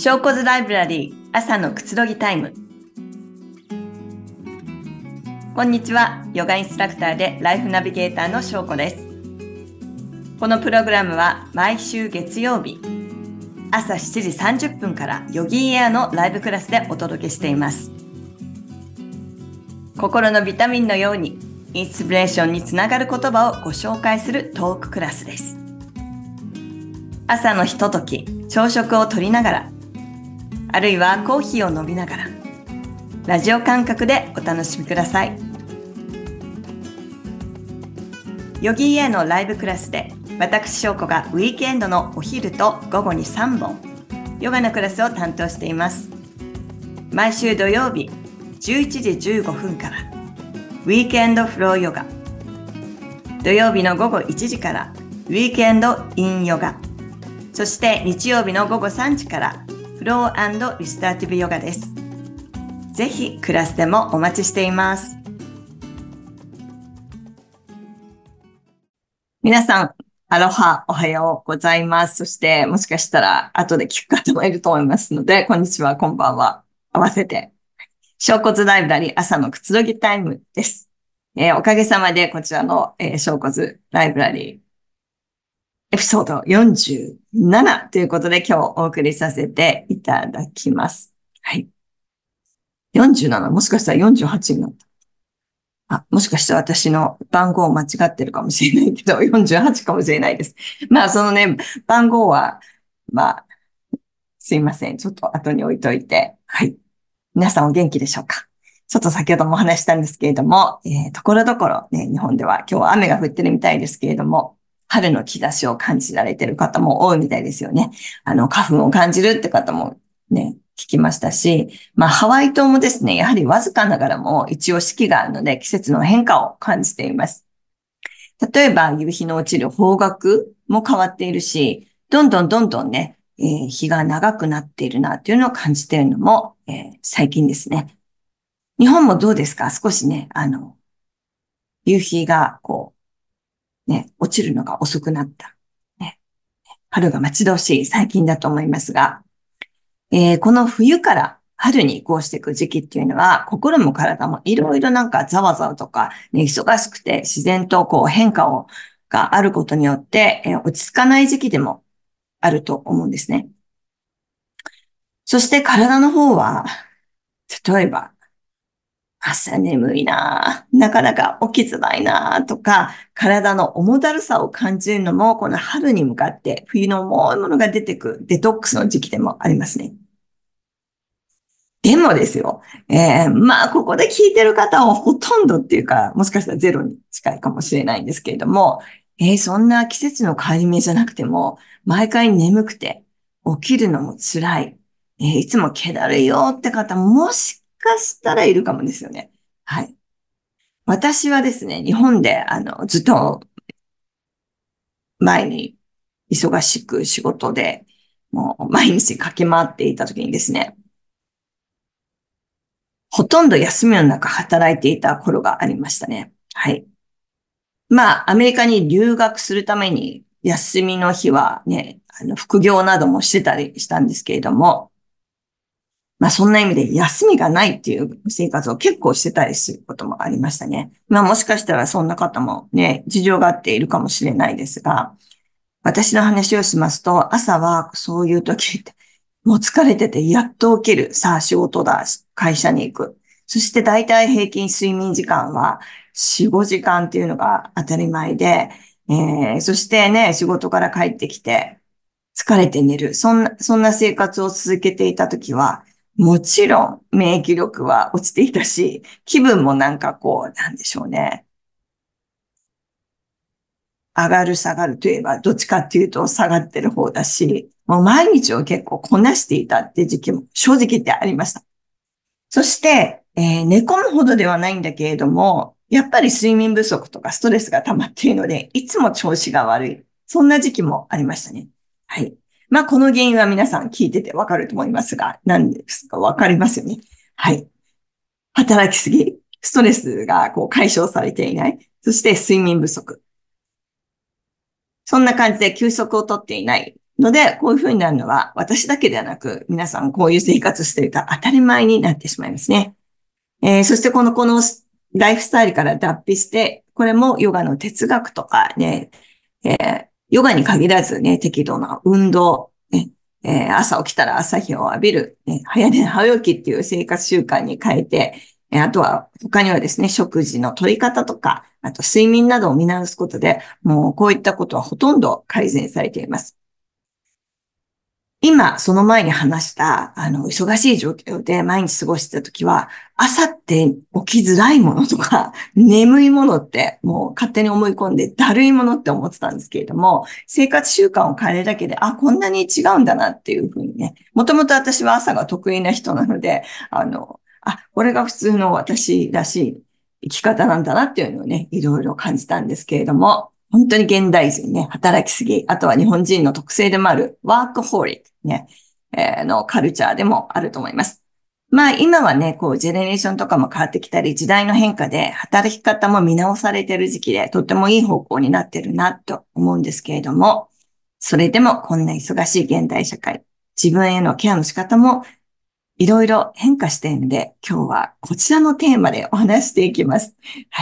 小コズライブラリー朝のくつろぎタイム。こんにちは。ヨガインストラクターでライフナビゲーターのしょうこです。このプログラムは毎週月曜日朝7時30分からヨギーエアのライブクラスでお届けしています。心のビタミンのようにインスピレーションにつながる言葉をご紹介するトーククラスです。朝のひととき、朝食をとりながら、あるいはコーヒーを飲みながら、ラジオ感覚でお楽しみください。ヨギーエアのライブクラスで、私しょうこがウィークエンドのお昼と午後に3本、ヨガのクラスを担当しています。毎週土曜日、11時15分から、ウィークエンドフローヨガ。土曜日の午後1時から、ウィークエンドインヨガ。そして日曜日の午後3時から、フロー&リスターティブヨガです。ぜひクラスでもお待ちしています。皆さん、アロハ、おはようございます。そして、もしかしたら後で聞く方もいると思いますので、こんにちは、こんばんは。合わせて、小骨ライブラリー朝のくつろぎタイムです。おかげさまでこちらの、小骨ライブラリー、エピソード47ということで今日お送りさせていただきます。はい。47、もしかしたら48になった。もしかしたら私の番号間違ってるかもしれないけど、48かもしれないです。まあ、そのね、番号は、すいません。ちょっと後に置いといて。はい。皆さんお元気でしょうか？ちょっと先ほどもお話したんですけれども、ところどころね、日本では今日は雨が降ってるみたいですけれども、春の兆しを感じられている方も多いみたいですよね。花粉を感じるって方もね、聞きましたし、ハワイ島もですね、やはりわずかながらも一応四季があるので季節の変化を感じています。例えば、夕日の落ちる方角も変わっているし、どんどんね、日が長くなっているなっていうのを感じているのも、最近ですね。日本もどうですか？少しね、夕日が落ちるのが遅くなった。ね、春が待ち遠しい最近だと思いますが、この冬から春に移行していく時期っていうのは、心も体もいろいろなんかざわざわとか、ね、忙しくて自然と変化があることによって、落ち着かない時期でもあると思うんですね。そして体の方は、例えば、朝眠いな、なかなか起きづらいなとか、体の重だるさを感じるのも、この春に向かって冬の重いものが出てくるデトックスの時期でもありますね。でもですよ、ここで聞いてる方はほとんどっていうか、もしかしたらゼロに近いかもしれないんですけれども、そんな季節の変わり目じゃなくても、毎回眠くて起きるのも辛い、いつも気だるいよって方もしかしたらいるかもですよね。はい。私はですね、日本でずっと前に忙しく仕事で、もう毎日駆け回っていた時にですね、ほとんど休みの中働いていた頃がありましたね。はい。アメリカに留学するために休みの日はね、副業などもしてたりしたんですけれども、そんな意味で休みがないっていう生活を結構してたりすることもありましたね。もしかしたらそんな方もね、事情があっているかもしれないですが、私の話をしますと、朝はそういう時って、もう疲れててやっと起きる。さあ仕事だ。会社に行く。そして大体平均睡眠時間は4、5時間っていうのが当たり前で、そしてね、仕事から帰ってきて疲れて寝る。そんな生活を続けていた時は、もちろん免疫力は落ちていたし、気分もなんかなんでしょうね。上がる下がるといえば、どっちかっていうと下がってる方だし、もう毎日を結構こなしていたって時期も正直言ってありました。そして、寝込むほどではないんだけれども、やっぱり睡眠不足とかストレスが溜まっているので、いつも調子が悪い。そんな時期もありましたね。はい。この原因は皆さん聞いててわかると思いますが、何ですか？わかりますよね。はい。働きすぎ、ストレスが解消されていない。そして睡眠不足。そんな感じで休息をとっていない。 ので、こういう風になるのは私だけではなく、皆さんこういう生活していた当たり前になってしまいますね。そしてこのライフスタイルから脱皮して、これもヨガの哲学とかね、ヨガに限らずね、適度な運動、ね、朝起きたら朝日を浴びる、ね、早寝早起きっていう生活習慣に変えて、あとは他にはですね、食事の取り方とか、あと睡眠などを見直すことで、もうこういったことはほとんど改善されています。今、その前に話した、忙しい状況で毎日過ごしてた時は、朝って起きづらいものとか、眠いものってもう勝手に思い込んで、だるいものって思ってたんですけれども、生活習慣を変えるだけで、あ、こんなに違うんだなっていうふうにね。もともと私は朝が得意な人なので、これが普通の私らしい生き方なんだなっていうのをね、いろいろ感じたんですけれども、本当に現代人ね、働きすぎ、あとは日本人の特性でもあるワークホーリックね、のカルチャーでもあると思います。まあ今はね、こうジェネレーションとかも変わってきたり、時代の変化で働き方も見直されている時期で、とってもいい方向になってるなと思うんですけれども、それでもこんな忙しい現代社会、自分へのケアの仕方もいろいろ変化しているので、今日はこちらのテーマでお話していきます。はい。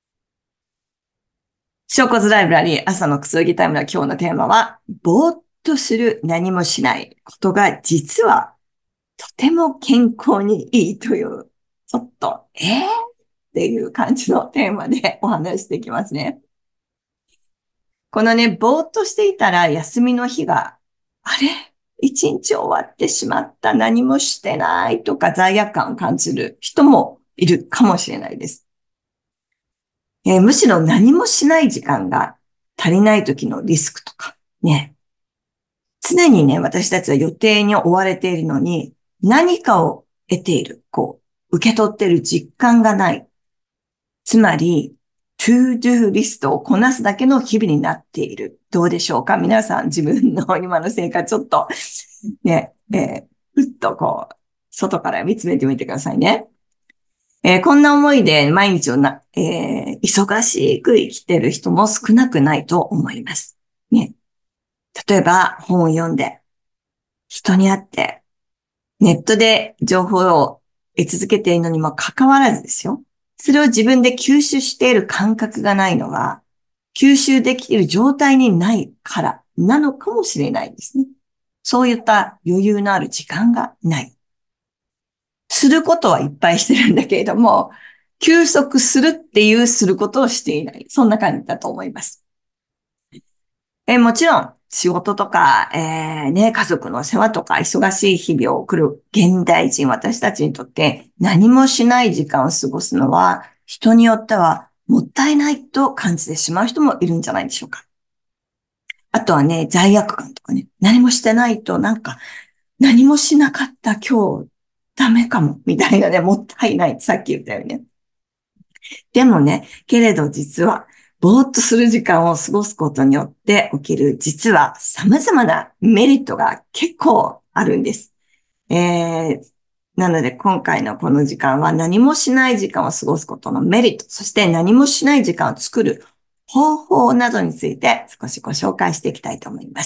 小骨ライブラリー朝のくつろぎタイムの今日のテーマは、ぼーっとする何もしないことが実はとても健康にいいという、ちょっと、っていう感じのテーマでお話していきますね。このね、ぼーっとしていたら休みの日が、あれ一日終わってしまった、何もしてないとか罪悪感を感じる人もいるかもしれないです。むしろ何もしない時間が足りない時のリスクとか、ね。常にね、私たちは予定に追われているのに、何かを得ている、受け取っている実感がない。つまり、to do リストをこなすだけの日々になっている。どうでしょうか皆さん、自分の今の生活、ちょっと、ね、ふっと外から見つめてみてくださいね。こんな思いで毎日を忙しく生きている人も少なくないと思います。ね。例えば、本を読んで、人に会って、ネットで情報を得続けているのにもかかわらずですよ。それを自分で吸収している感覚がないのは、吸収できている状態にないからなのかもしれないですね。そういった余裕のある時間がない。することはいっぱいしてるんだけれども、休息するっていうすることをしていない。そんな感じだと思います。もちろん、仕事とか、家族の世話とか、忙しい日々を送る現代人、私たちにとって何もしない時間を過ごすのは、人によってはもったいないと感じてしまう人もいるんじゃないでしょうか。あとはね、罪悪感とかね、何もしてないと何もしなかった今日ダメかも、みたいなね、もったいない。さっき言ったようにね。でもね、けれど実は、ぼーっとする時間を過ごすことによって起きる、実は様々なメリットが結構あるんです。なので今回のこの時間は何もしない時間を過ごすことのメリット、そして何もしない時間を作る方法などについて少しご紹介していきたいと思います。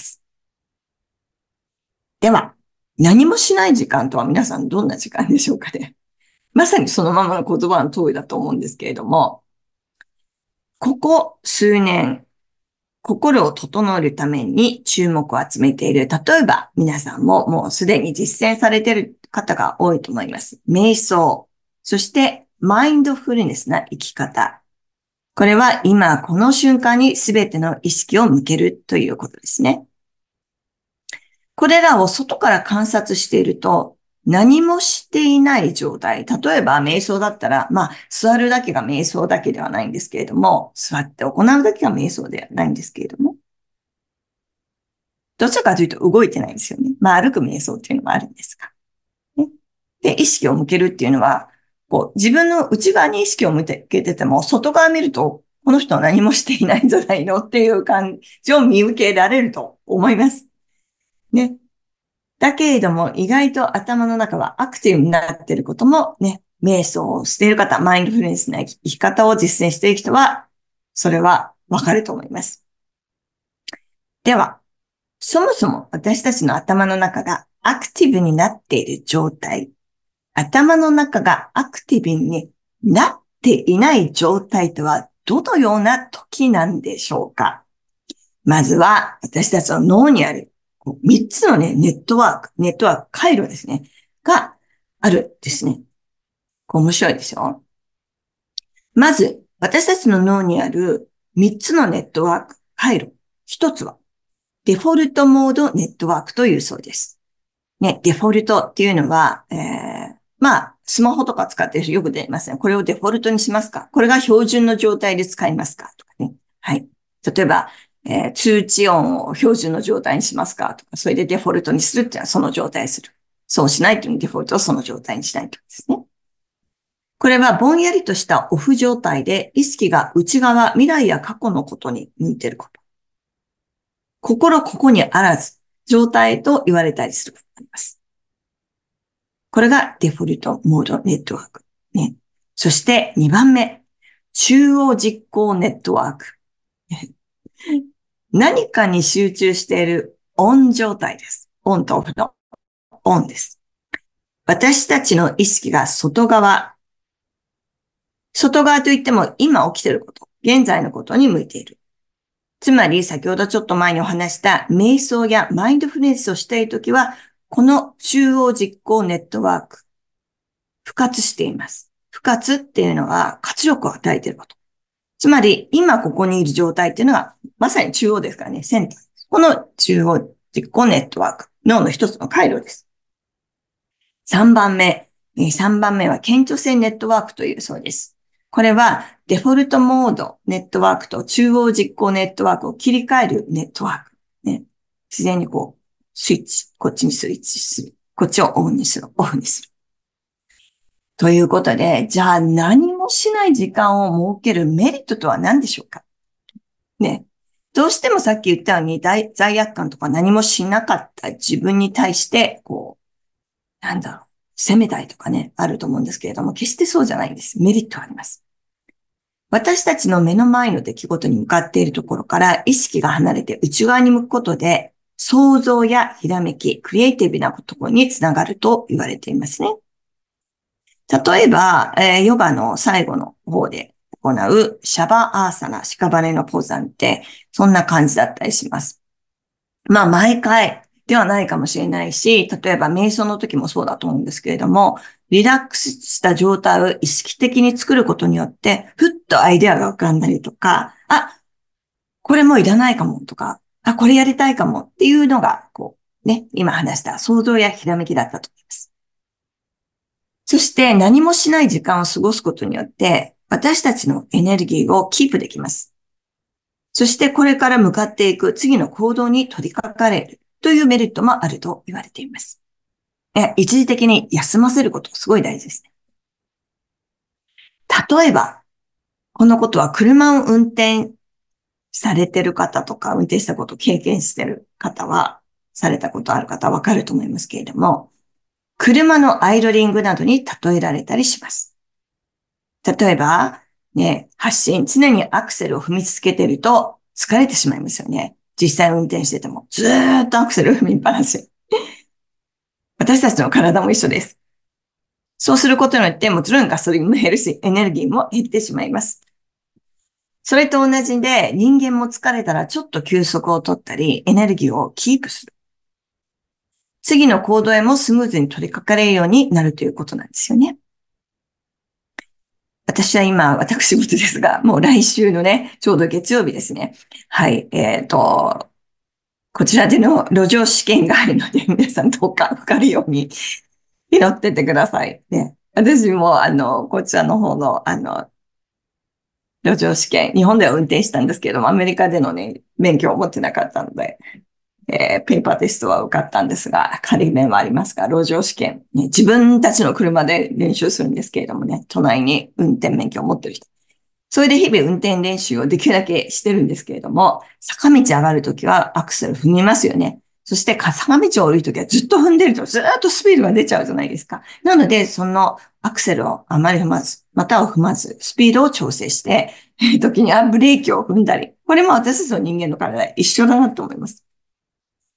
では、何もしない時間とは皆さんどんな時間でしょうかね。まさにそのままの言葉の通りだと思うんですけれども、ここ数年、心を整えるために注目を集めている。例えば、皆さんももうすでに実践されている方が多いと思います。瞑想。そして、マインドフルネスな生き方。これは今この瞬間に全ての意識を向けるということですね。これらを外から観察していると、何もしていない状態。例えば、瞑想だったら、座るだけが瞑想だけではないんですけれども、座って行うだけが瞑想ではないんですけれども、どちらかというと動いてないんですよね。歩く瞑想っていうのもあるんですが。ね、で、意識を向けるっていうのは、自分の内側に意識を向けてても、外側見ると、この人は何もしていないんじゃないのっていう感じを見受けられると思います。ね。だけれども、意外と頭の中はアクティブになっていることもね、瞑想をしている方、マインドフルネスな生き方を実践している人は、それはわかると思います。では、 そもそも私たちの頭の中がアクティブになっている状態、頭の中がアクティブになっていない状態とはどのような時なんでしょうか？まずは私たちの脳にある3つのね、ネットワーク、回路ですね、があるんですね。面白いですよ。まず、私たちの脳にある3つのネットワーク、回路。1つは、デフォルトモードネットワークというそうです。ね、デフォルトっていうのは、まあ、スマホとか使ってる人よく出ますね。これをデフォルトにしますか？これが標準の状態で使いますか？とかね。はい。例えば、通知音を標準の状態にしますか？とか、それでデフォルトにするっていうのはその状態にする。そうしないというのにデフォルトをその状態にしないということですね。これはぼんやりとしたオフ状態で意識が内側、未来や過去のことに向いていること。心ここにあらず状態と言われたりすることがあります。これがデフォルトモードネットワーク。ね。そして2番目。中央実行ネットワーク。何かに集中しているオン状態です。オンとオフのオンです。私たちの意識が外側といっても今起きていること、現在のことに向いている。つまり、先ほどちょっと前にお話した瞑想やマインドフルネスをしているときは、この中央実行ネットワーク、不活しています。不活っていうのは活力を与えていること。つまり、今ここにいる状態っていうのが、まさに中央ですからね、センター。この中央実行ネットワーク、脳の一つの回路です。3番目。3番目は顕著性ネットワークというそうです。これはデフォルトモードネットワークと中央実行ネットワークを切り替えるネットワーク。ね、自然にこう、スイッチ、こっちにスイッチする。こっちをオンにする、オフにする。ということで、じゃあ何もしない時間を設けるメリットとは何でしょうか？ね。どうしてもさっき言ったように罪悪感とか何もしなかった自分に対して、こう、なんだろう、責めたいとかね、あると思うんですけれども、決してそうじゃないんです。メリットあります。私たちの目の前の出来事に向かっているところから意識が離れて内側に向くことで、想像やひらめき、クリエイティブなところにつながると言われていますね。例えば、ヨガの最後の方で行うシャバアーサナ、屍のポーズなんて、そんな感じだったりします。まあ、毎回ではないかもしれないし、例えば瞑想の時もそうだと思うんですけれども、リラックスした状態を意識的に作ることによって、ふっとアイデアが浮かんだりとか、あ、これもういらないかもとか、あ、これやりたいかもっていうのが、こう、ね、今話した想像やひらめきだったと思います。そして何もしない時間を過ごすことによって、私たちのエネルギーをキープできます。そしてこれから向かっていく次の行動に取り掛かれるというメリットもあると言われています。一時的に休ませることすごい大事ですね。例えば、このことは車を運転されてる方とか、運転したことを経験してる方は、されたことある方はわかると思いますけれども、車のアイドリングなどに例えられたりします。例えば、ね、常にアクセルを踏み続けてると疲れてしまいますよね。実際運転してても、ずーっとアクセル踏みっぱなし。私たちの体も一緒です。そうすることによって、もちろんガソリンも減るし、エネルギーも減ってしまいます。それと同じで、人間も疲れたらちょっと休息を取ったり、エネルギーをキープする。次の行動へもスムーズに取り掛かれるようになるということなんですよね。私は今、私事ですが、もう来週のね、ちょうど月曜日ですね。はい。こちらでの路上試験があるので、皆さんどうか受かるように祈っててください。ね。私も、こちらの方の、路上試験、日本では運転したんですけども、アメリカでのね、免許を持ってなかったので、ペーパーテストは受かったんですが、仮免はありますが、路上試験、ね、自分たちの車で練習するんですけれどもね、隣に運転免許を持ってる人。それで日々運転練習をできるだけしてるんですけれども、坂道上がるときはアクセル踏みますよね。そして坂道を降りるときはずっと踏んでるとずっとスピードが出ちゃうじゃないですか。なので、そのアクセルをあまり踏まず、または踏まず、スピードを調整して、時にはブレーキを踏んだり。これも私たちの人間の体一緒だなと思います。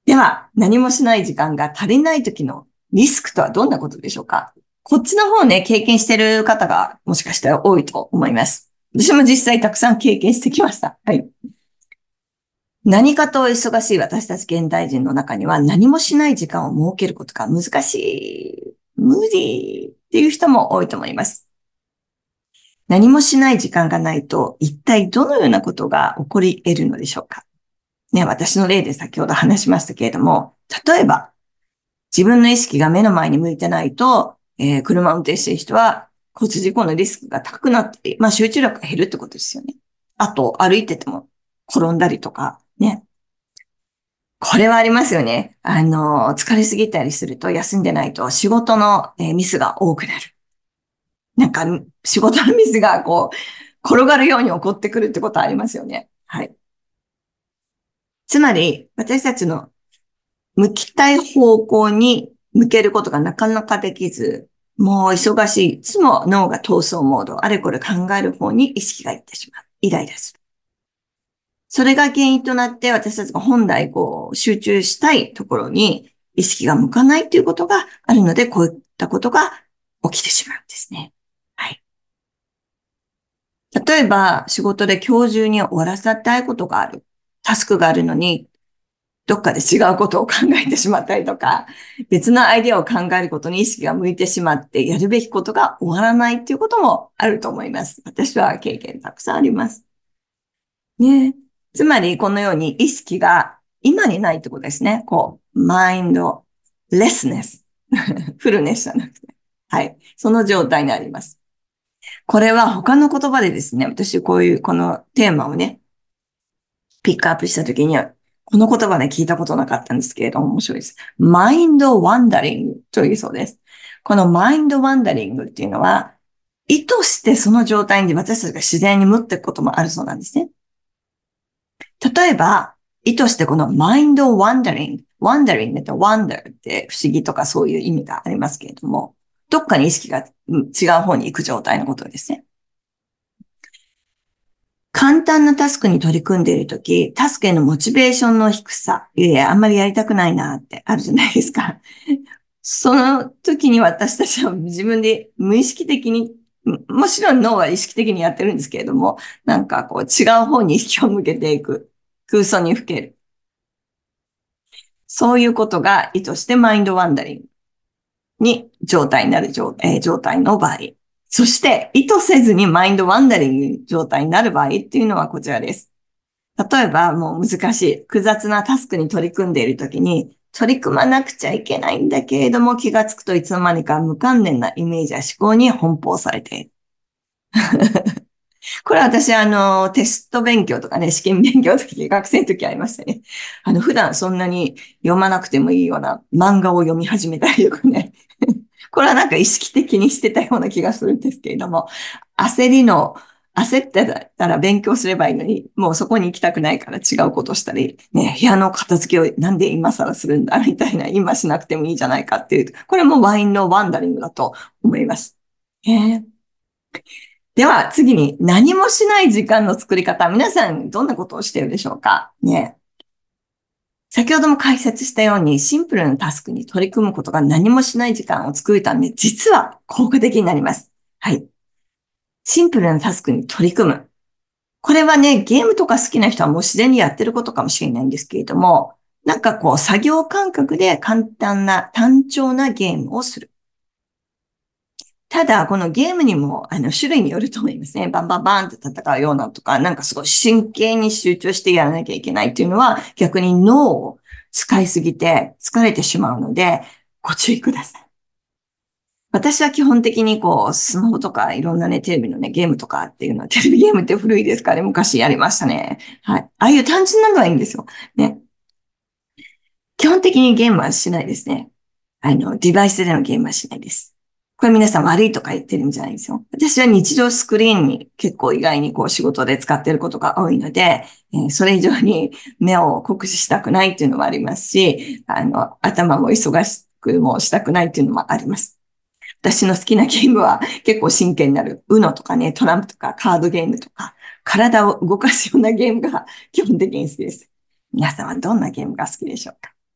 では、何もしない時間が足りない時のリスクとはどんなことでしょうか？こっちの方ね、経験してる方がもしかしたら多いと思います。私も実際たくさん経験してきました。はい。何かと忙しい私たち現代人の中には何もしない時間を設けることが難しい、無理っていう人も多いと思います。何もしない時間がないと一体どのようなことが起こり得るのでしょうか？ね、私の例で先ほど話しましたけれども、例えば自分の意識が目の前に向いてないと、車を運転している人は交通事故のリスクが高くなって、まあ集中力が減るってことですよね。あと歩いてても転んだりとかね、これはありますよね。疲れすぎたりすると休んでないと仕事の、ミスが多くなる。なんか仕事のミスがこう、転がるように起こってくるってことはありますよね。はい。つまり、私たちの向きたい方向に向けることがなかなかできず、もう忙しい。いつも脳が闘争モード、あれこれ考える方に意識がいってしまう。イライラする。それが原因となって私たちが本来こう集中したいところに意識が向かないということがあるので、こういったことが起きてしまうんですね。はい。例えば仕事で今日中に終わらせたいことがある。タスクがあるのにどっかで違うことを考えてしまったりとか、別のアイデアを考えることに意識が向いてしまって、やるべきことが終わらないっていうこともあると思います。私は経験たくさんあります。ね。つまり、このように意識が今にないってことですね。こう、マインドレスネス。フルネスじゃなくて。はい。その状態にあります。これは他の言葉でですね、私こういう、このテーマをね、ピックアップしたときには、この言葉で聞いたことなかったんですけれども、面白いです。マインドワンダリングというそうです。このマインドワンダリングっていうのは、意図してその状態に私たちが自然に持っていくこともあるそうなんですね。例えば、意図してこのマインドワンダリング、ワンダリングってワンダーって不思議とかそういう意味がありますけれども、どっかに意識が違う方に行く状態のことですね。簡単なタスクに取り組んでいるとき、タスクへのモチベーションの低さ、いやいや、あんまりやりたくないなってあるじゃないですか。その時に私たちは自分で無意識的に、もちろん脳は意識的にやってるんですけれども、なんかこう違う方に意識を向けていく。空想にふける。そういうことが意図してマインドワンダリングに状態になる状態の場合。そして意図せずにマインドワンダリング状態になる場合っていうのはこちらです。例えば、もう難しい、複雑なタスクに取り組んでいるときに、取り組まなくちゃいけないんだけれども、気がつくといつの間にか無関連なイメージや思考に奔放されている。これ私、テスト勉強とかね、試験勉強の時、学生の時ありましたね。普段そんなに読まなくてもいいような漫画を読み始めたりとかね。これはなんか意識的にしてたような気がするんですけれども、焦りの、焦ってたら勉強すればいいのに、もうそこに行きたくないから違うことしたり、ね、部屋の片付けをなんで今更するんだみたいな、今しなくてもいいじゃないかっていう、これもワインのワンダリングだと思います。では次に何もしない時間の作り方。皆さんどんなことをしているでしょうかね。先ほども解説したようにシンプルなタスクに取り組むことが何もしない時間を作るために実は効果的になります。はい。シンプルなタスクに取り組む。これはね、ゲームとか好きな人はもう自然にやってることかもしれないんですけれども、なんかこう作業感覚で簡単な単調なゲームをする。ただ、このゲームにも、種類によると思いますね。バンバンバンって戦うようなとか、なんかすごい真剣に集中してやらなきゃいけないっていうのは、逆に脳を使いすぎて疲れてしまうので、ご注意ください。私は基本的にこう、スマホとかいろんなね、テレビのね、ゲームとかっていうのは、テレビゲームって古いですからね、昔やりましたね。はい。ああいう単純なのはいいんですよ。ね。基本的にゲームはしないですね。デバイスでのゲームはしないです。これ皆さん悪いとか言ってるんじゃないんですよ。私は日常スクリーンに結構意外にこう仕事で使っていることが多いので、それ以上に目を酷使したくないっていうのもありますし、頭も忙しくもしたくないっていうのもあります。私の好きなゲームは結構真剣になる。UNO とかね、トランプとかカードゲームとか、体を動かすようなゲームが基本的に好きです。皆さんはどんなゲームが好きでしょうか？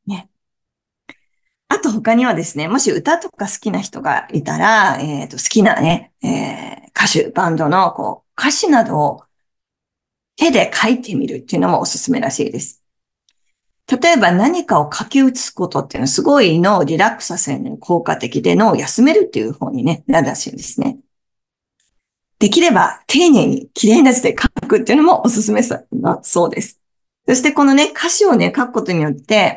ね。あと他にはですね、もし歌とか好きな人がいたら、好きなね、歌手、バンドの歌詞などを手で書いてみるっていうのもおすすめらしいです。例えば何かを書き写すことっていうのはすごい脳をリラックスさせるのに効果的で脳を休めるっていう方にね、なるらしいんですね。できれば丁寧に綺麗な字で書くっていうのもおすすめさ、そうです。そしてこのね、歌詞をね、書くことによって、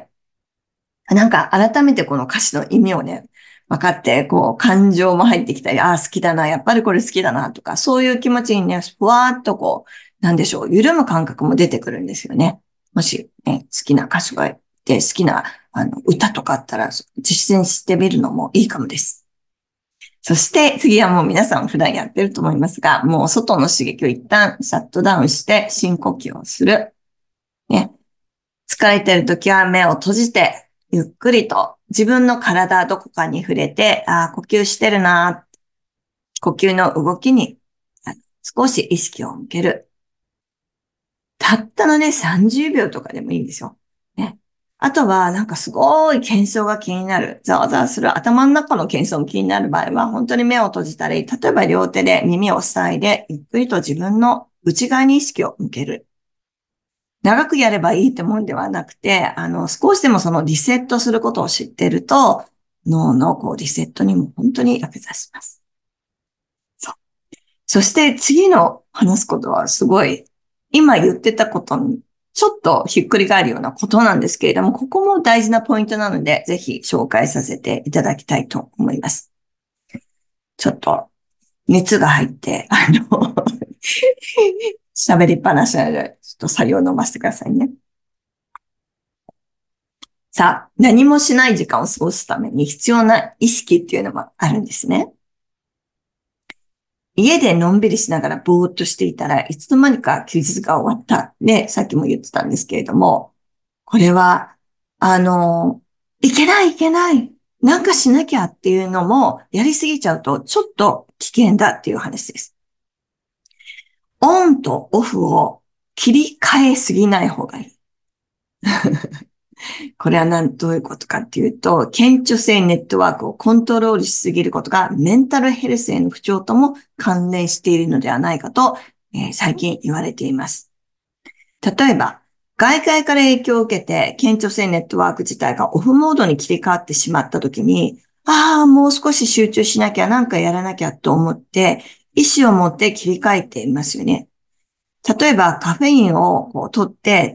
なんか改めてこの歌詞の意味をね、分かって、感情も入ってきたり、ああ、好きだな、やっぱりこれ好きだな、とか、そういう気持ちにね、ふわーっとなんでしょう、緩む感覚も出てくるんですよね。もし、ね、好きな歌手がいて、好きな、歌とかあったら、実践してみるのもいいかもです。そして次はもう皆さん普段やってると思いますが、もう外の刺激を一旦シャットダウンして深呼吸をする。ね。疲れてる時は目を閉じて、ゆっくりと自分の体どこかに触れて、ああ、呼吸してるな、呼吸の動きに少し意識を向ける。たったのね、30秒とかでもいいんですよ。ね。あとは、なんかすごい喧騒が気になる。ざわざわする。頭の中の喧騒も気になる場合は、本当に目を閉じたり、例えば両手で耳を塞いで、ゆっくりと自分の内側に意識を向ける。長くやればいいってもんではなくて、少しでもそのリセットすることを知っていると、脳のリセットにも本当に役立ちます。そう。そして次の話すことはすごい、今言ってたことにちょっとひっくり返るようなことなんですけれども、ここも大事なポイントなので、ぜひ紹介させていただきたいと思います。ちょっと熱が入って、喋りっぱなしなので、ちょっと作業を伸ばしてくださいね。さあ、何もしない時間を過ごすために必要な意識っていうのもあるんですね。家でのんびりしながらぼーっとしていたらいつの間にか休日が終わった。ね、さっきも言ってたんですけれども、これは、いけないいけない。なんかしなきゃっていうのもやりすぎちゃうとちょっと危険だっていう話です。オンとオフを切り替えすぎない方がいい。これはどういうことかっていうと、顕著性ネットワークをコントロールしすぎることがメンタルヘルスへの不調とも関連しているのではないかと、最近言われています。例えば、外界から影響を受けて、顕著性ネットワーク自体がオフモードに切り替わってしまったときに、ああ、もう少し集中しなきゃ、なんかやらなきゃと思って、意思を持って切り替えていますよね。例えば、カフェインを取って、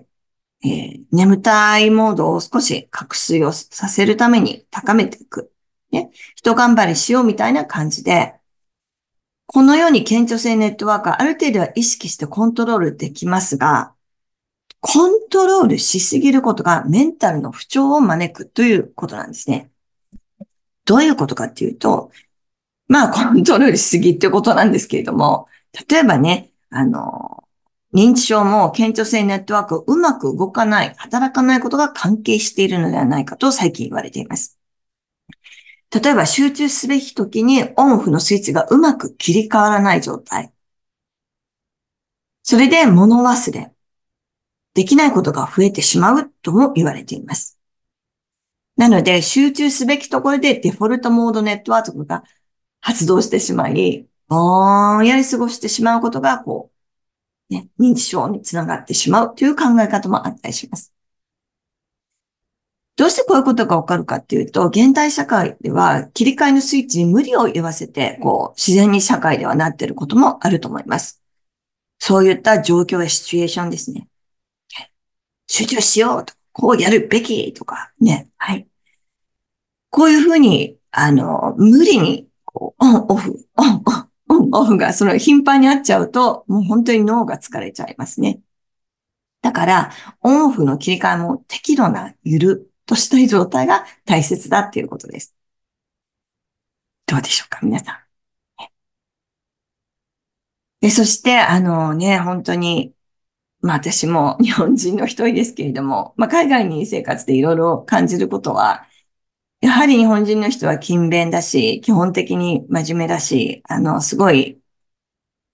眠たいモードを少し覚醒をさせるために高めていく。ね。人頑張りしようみたいな感じで、このように顕著性ネットワークはある程度は意識してコントロールできますが、コントロールしすぎることがメンタルの不調を招くということなんですね。どういうことかっていうと、まあ、コントロールしすぎっていうことなんですけれども、例えばね、認知症も顕著性ネットワークをうまく動かない、働かないことが関係しているのではないかと最近言われています。例えば集中すべき時にオンオフのスイッチがうまく切り替わらない状態。それで物忘れ。できないことが増えてしまうとも言われています。なので集中すべきところでデフォルトモードネットワークが発動してしまい、ぼんやり過ごしてしまうことがね、認知症につながってしまうという考え方もあったりします。どうしてこういうことがわかるかっていうと、現代社会では切り替えのスイッチに無理を言わせて、自然に社会ではなっていることもあると思います。そういった状況やシチュエーションですね。集中しようと、こうやるべきとかね。はい。こういうふうに、無理に、オン、オフ、オン、オン、オフがその頻繁になっちゃうと、もう本当に脳が疲れちゃいますね。だから、オンオフの切り替えも適度なゆるっとしたい状態が大切だっていうことです。どうでしょうか、皆さん。で、そして、本当に、まあ私も日本人の一人ですけれども、まあ海外に生活でいろいろ感じることは、やはり日本人の人は勤勉だし、基本的に真面目だし、すごい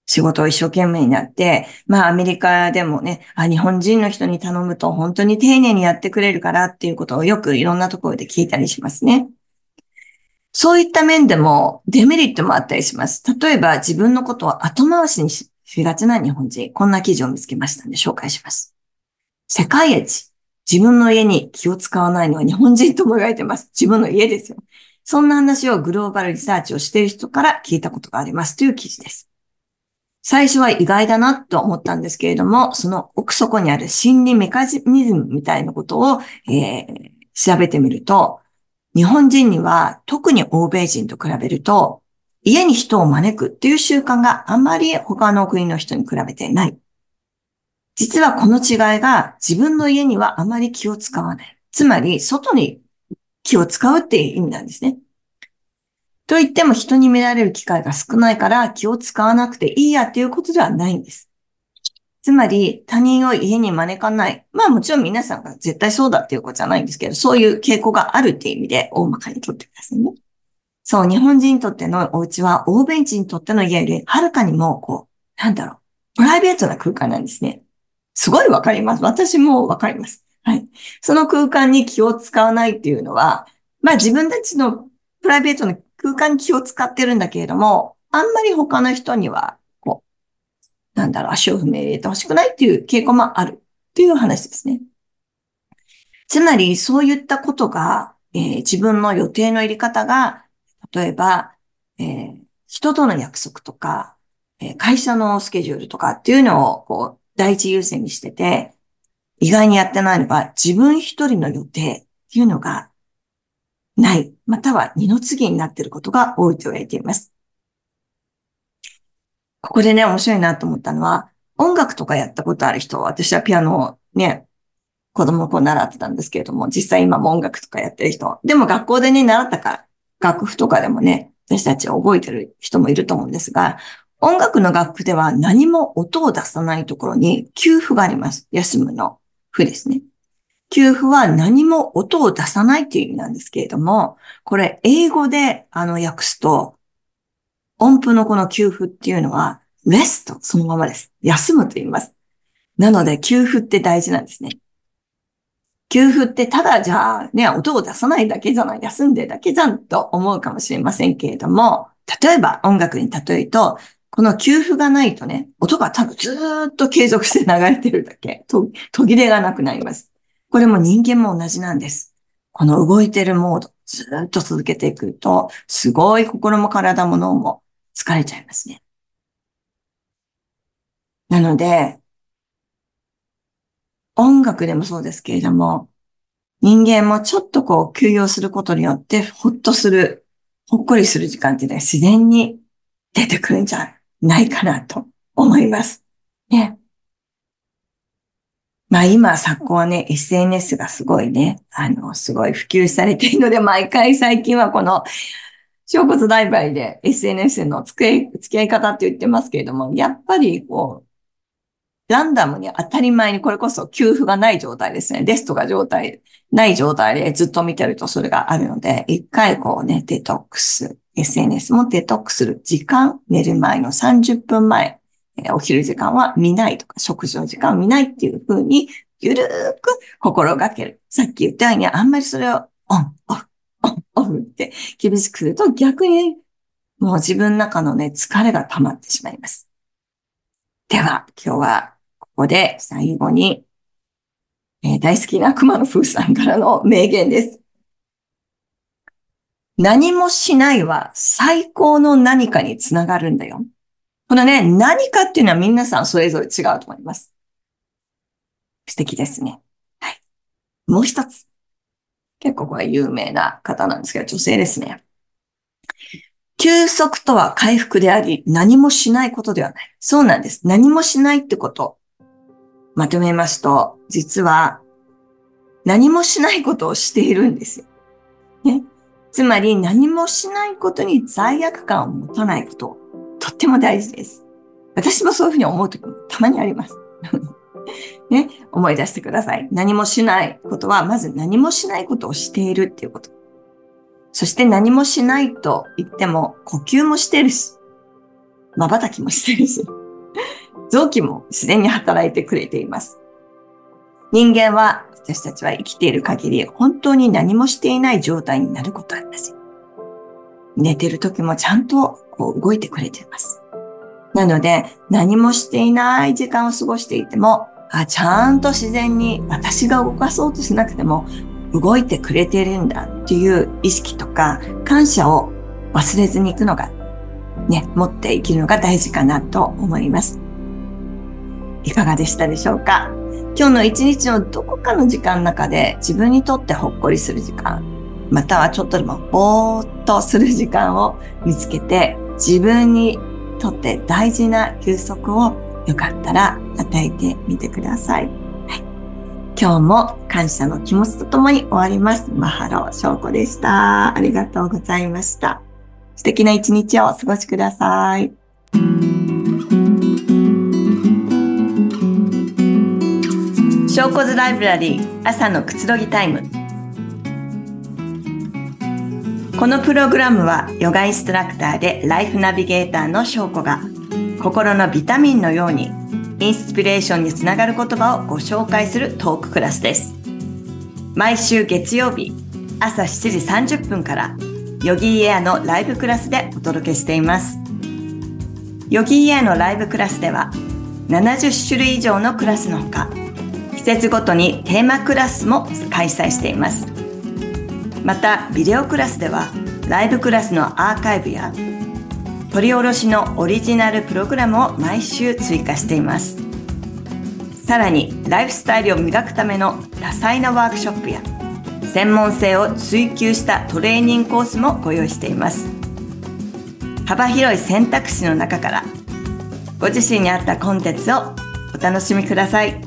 仕事を一生懸命になって、まあアメリカでもね、日本人の人に頼むと本当に丁寧にやってくれるからっていうことをよくいろんなところで聞いたりしますね。そういった面でもデメリットもあったりします。例えば自分のことを後回しにしがちな日本人。こんな記事を見つけましたので紹介します。世界一、自分の家に気を使わないのは日本人とも言われてます。自分の家ですよ。そんな話をグローバルリサーチをしている人から聞いたことがありますという記事です。最初は意外だなと思ったんですけれども、その奥底にある心理メカニズムみたいなことを、調べてみると、日本人には特に欧米人と比べると、家に人を招くっていう習慣があまり他の国の人に比べてない。実はこの違いが自分の家にはあまり気を使わない。つまり、外に気を使うっていう意味なんですね。と言っても人に見られる機会が少ないから気を使わなくていいやっていうことではないんです。つまり、他人を家に招かない。まあもちろん皆さんが絶対そうだっていうことじゃないんですけど、そういう傾向があるっていう意味で大まかにとってくださいね。そう、日本人にとってのお家は欧米人にとっての家よりはるかにも、プライベートな空間なんですね。すごいわかります。私もわかります。はい。その空間に気を使わないっていうのは、まあ自分たちのプライベートの空間に気を使ってるんだけれども、あんまり他の人には、足を踏み入れてほしくないっていう傾向もあるっていう話ですね。つまり、そういったことが、自分の予定の入り方が、例えば、人との約束とか、会社のスケジュールとかっていうのを、第一優先にしてて、意外にやってないのは、自分一人の予定っていうのがない、または二の次になっていることが多いと言われています。ここでね、面白いなと思ったのは、音楽とかやったことある人、私はピアノをね、子供の頃習ってたんですけれども、実際今も音楽とかやってる人。でも学校でね、習ったから、楽譜とかでもね、私たちは覚えてる人もいると思うんですが、音楽の楽譜では何も音を出さないところに休符があります。休むの符ですね。休符は何も音を出さないっていう意味なんですけれども、これ英語で訳すと、音符のこの休符っていうのは、レスト、そのままです。休むと言います。なので、休符って大事なんですね。休符ってただじゃあね、音を出さないだけじゃない、休んでるだけじゃんと思うかもしれませんけれども、例えば音楽に例えると、この休符がないとね、音が多分ずーっと継続して流れてるだけ、途切れがなくなります。これも人間も同じなんです。この動いてるモード、ずーっと続けていくと、すごい心も体も脳も疲れちゃいますね。なので、音楽でもそうですけれども、人間もちょっと休養することによってほっとする、ほっこりする時間っていうのは自然に出てくるんじゃないかなと思います。ね。まあ今昨今はね、SNS がすごいね、すごい普及されているので、毎回最近はこの、小骨大イで SNS の付き合い方って言ってますけれども、やっぱりランダムに当たり前にこれこそ給付がない状態ですね。レストがない状態でずっと見てるとそれがあるので、一回デトックス、SNS もデトックスする時間、寝る前の30分前、お昼時間は見ないとか、食事の時間を見ないっていう風に、ゆるーく心がける。さっき言ったように、あんまりそれをオン、オフって厳しくすると逆にもう自分の中のね、疲れが溜まってしまいます。では、今日はここで最後に、大好きな熊野風さんからの名言です。何もしないは最高の何かにつながるんだよ。このね、何かっていうのは皆さんそれぞれ違うと思います。素敵ですね。はい。もう一つ。結構これ有名な方なんですけど、女性ですね。休息とは回復であり、何もしないことではない。そうなんです。何もしないってこと。まとめますと、実は何もしないことをしているんですよ。ね。つまり何もしないことに罪悪感を持たないこと、とっても大事です。私もそういうふうに思うときもたまにあります。ね。思い出してください。何もしないことは、まず何もしないことをしているっていうこと。そして何もしないと言っても呼吸もしてるし、瞬きもしてるし、 臓器も自然に働いてくれています。人間は、私たちは生きている限り、本当に何もしていない状態になることはありません。寝てる時もちゃんと動いてくれています。なので、何もしていない時間を過ごしていても、ちゃんと自然に私が動かそうとしなくても動いてくれているんだっていう意識とか感謝を忘れずに行くのが、持って生きるのが大事かなと思います。いかがでしたでしょうか？今日の一日のどこかの時間の中で自分にとってほっこりする時間、またはちょっとでもぼーっとする時間を見つけて、自分にとって大事な休息をよかったら与えてみてください。今日も感謝の気持ちとともに終わります。マハロ翔子でした。ありがとうございました。素敵な一日をお過ごしください。翔子ズライブラリー朝のくつろぎタイム。このプログラムはヨガインストラクターでライフナビゲーターの翔子が心のビタミンのようにインスピレーションにつながる言葉をご紹介するトーククラスです。毎週月曜日朝7時30分からヨギーエアのライブクラスでお届けしています。ヨギーエアのライブクラスでは70種類以上のクラスのほか、季節ごとにテーマクラスも開催しています。またビデオクラスではライブクラスのアーカイブや取り下ろしのオリジナルプログラムを毎週追加しています。さらにライフスタイルを磨くための多彩なワークショップや専門性を追求したトレーニングコースもご用意しています。幅広い選択肢の中からご自身に合ったコンテンツをお楽しみください。